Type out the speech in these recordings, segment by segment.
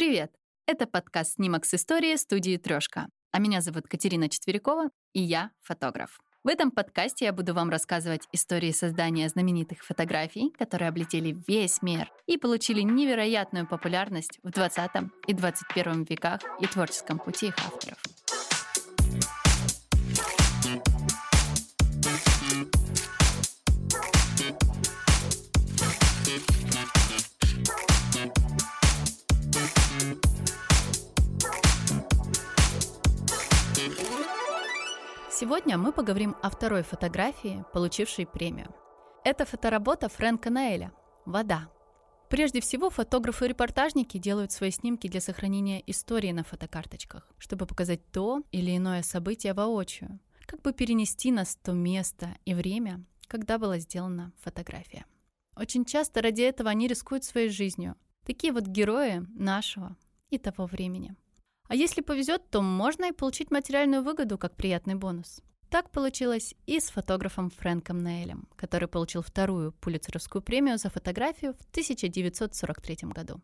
Привет! Это подкаст «Снимок с истории» студии «Трёшка». А меня зовут Катерина Четверякова, и я фотограф. В этом подкасте я буду вам рассказывать истории создания знаменитых фотографий, которые облетели весь мир и получили невероятную популярность в 20 и 21 веках и творческом пути их авторов. Сегодня мы поговорим о второй фотографии, получившей премию. Это фоторабота Фрэнка Ноэля «Вода». Прежде всего, фотографы-репортажники делают свои снимки для сохранения истории на фотокарточках, чтобы показать то или иное событие воочию, как бы перенести нас в то место и время, когда была сделана фотография. Очень часто ради этого они рискуют своей жизнью. Такие вот герои нашего и того времени. А если повезет, то можно и получить материальную выгоду как приятный бонус. Так получилось и с фотографом Фрэнком Ноэлем, который получил вторую Пулитцеровскую премию за фотографию в 1943 году.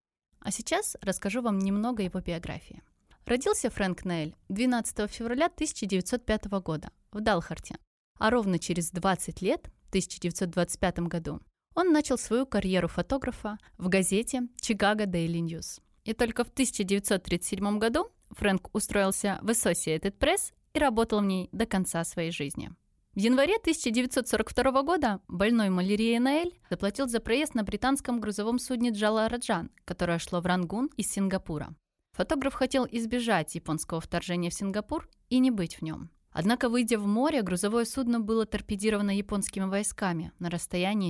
А сейчас расскажу вам немного его биографии. Родился Фрэнк Ноэль 12 февраля 1905 года в Далхарте, а ровно через 20 лет, в 1925 году, он начал свою карьеру фотографа в газете «Chicago Daily News». И только в 1937 году Фрэнк устроился в Associated Press и работал в ней до конца своей жизни. В январе 1942 года больной малярией Ноэль заплатил за проезд на британском грузовом судне Джалал Раджан, которое шло в Рангун из Сингапура. Фотограф хотел избежать японского вторжения в Сингапур и не быть в нем. Однако, выйдя в море, грузовое судно было торпедировано японскими войсками на расстоянии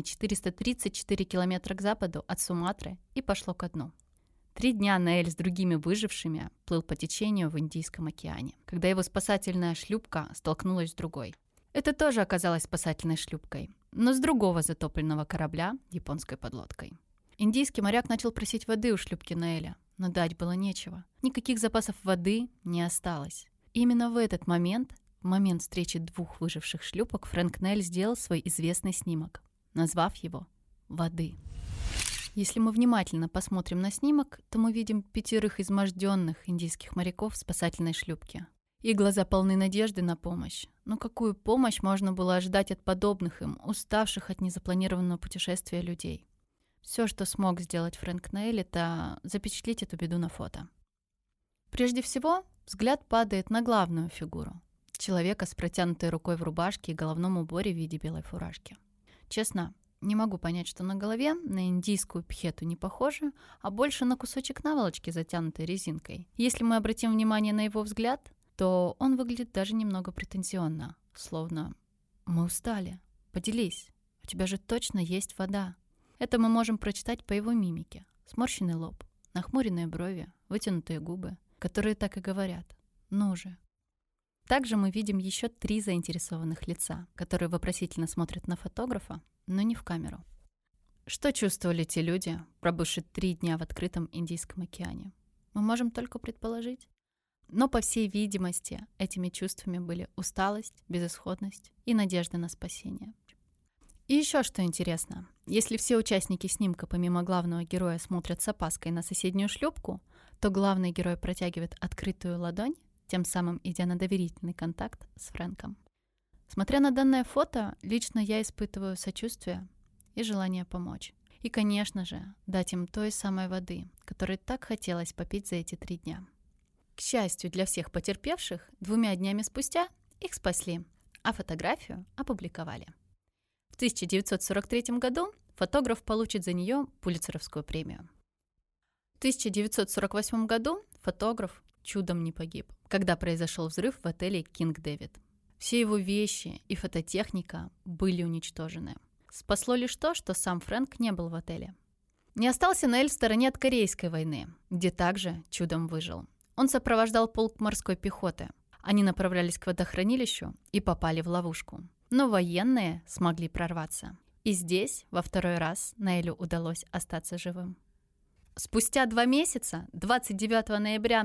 434 километра к западу от Суматры и пошло ко дну. 3 дня Ноэль с другими выжившими плыл по течению в Индийском океане, когда его спасательная шлюпка столкнулась с другой. Это тоже оказалось спасательной шлюпкой, но с другого затопленного корабля японской подлодкой. Индийский моряк начал просить воды у шлюпки Ноэля, но дать было нечего. Никаких запасов воды не осталось. И именно в этот момент, в момент встречи 2 выживших шлюпок, Фрэнк Ноэль сделал свой известный снимок, назвав его «Воды». Если мы внимательно посмотрим на снимок, то мы видим 5 изможденных индийских моряков в спасательной шлюпке. Их глаза полны надежды на помощь. Но какую помощь можно было ожидать от подобных им, уставших от незапланированного путешествия людей? Все, что смог сделать Фрэнк Ноэль, это запечатлеть эту беду на фото. Прежде всего, взгляд падает на главную фигуру — человека с протянутой рукой в рубашке и головном уборе в виде белой фуражки. Честно, не могу понять, что на голове на индийскую пхету не похоже, а больше на кусочек наволочки, затянутой резинкой. Если мы обратим внимание на его взгляд, то он выглядит даже немного претензионно, словно «Мы устали, поделись, у тебя же точно есть вода». Это мы можем прочитать по его мимике. Сморщенный лоб, нахмуренные брови, вытянутые губы, которые так и говорят «Ну же». Также мы видим еще 3 заинтересованных лица, которые вопросительно смотрят на фотографа, но не в камеру. Что чувствовали те люди, пробывшие 3 дня в открытом Индийском океане? Мы можем только предположить. Но, по всей видимости, этими чувствами были усталость, безысходность и надежда на спасение. И еще что интересно. Если все участники снимка, помимо главного героя, смотрят с опаской на соседнюю шлюпку, то главный герой протягивает открытую ладонь, тем самым идя на доверительный контакт с Фрэнком. Смотря на данное фото, лично я испытываю сочувствие и желание помочь. И, конечно же, дать им той самой воды, которой так хотелось попить за эти 3 дня. К счастью для всех потерпевших, 2 днями спустя их спасли, а фотографию опубликовали. В 1943 году фотограф получит за нее Пулитцеровскую премию. В 1948 году фотограф чудом не погиб, когда произошел взрыв в отеле «Кинг Дэвид». Все его вещи и фототехника были уничтожены. Спасло лишь то, что сам Фрэнк не был в отеле. Не остался Ноэль в стороне от Корейской войны, где также чудом выжил. Он сопровождал полк морской пехоты. Они направлялись к водохранилищу и попали в ловушку. Но военные смогли прорваться. И здесь, во 2-й раз, Ноэлю удалось остаться живым. Спустя 2 месяца, 29 ноября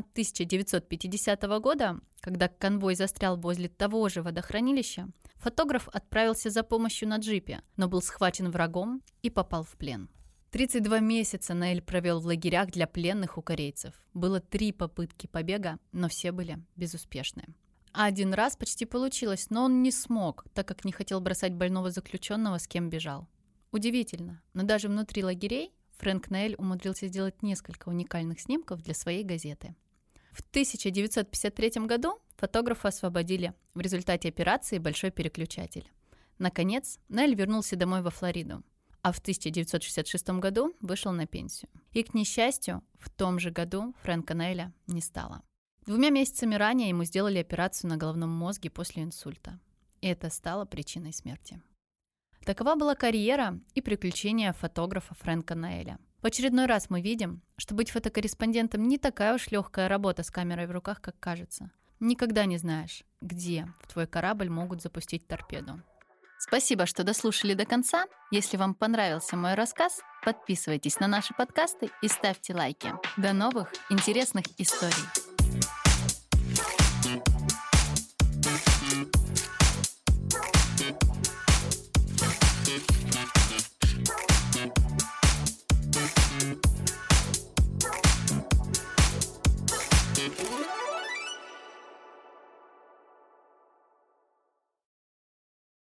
1950 года, когда конвой застрял возле того же водохранилища, фотограф отправился за помощью на джипе, но был схвачен врагом и попал в плен. 32 месяца Наэль провел в лагерях для пленных у корейцев. Было 3 попытки побега, но все были безуспешны. Один раз почти получилось, но он не смог, так как не хотел бросать больного заключенного, с кем бежал. Удивительно, но даже внутри лагерей Фрэнк Наэль умудрился сделать несколько уникальных снимков для своей газеты. В 1953 году фотографа освободили в результате операции «Большой переключатель». Наконец, Наэль вернулся домой во Флориду, а в 1966 году вышел на пенсию. И, к несчастью, в том же году Фрэнка Наэля не стало. 2 месяцами ранее ему сделали операцию на головном мозге после инсульта. И это стало причиной смерти. Такова была карьера и приключения фотографа Фрэнка Наэля. В очередной раз мы видим, что быть фотокорреспондентом не такая уж легкая работа с камерой в руках, как кажется. Никогда не знаешь, где в твой корабль могут запустить торпеду. Спасибо, что дослушали до конца. Если вам понравился мой рассказ, подписывайтесь на наши подкасты и ставьте лайки. До новых интересных историй!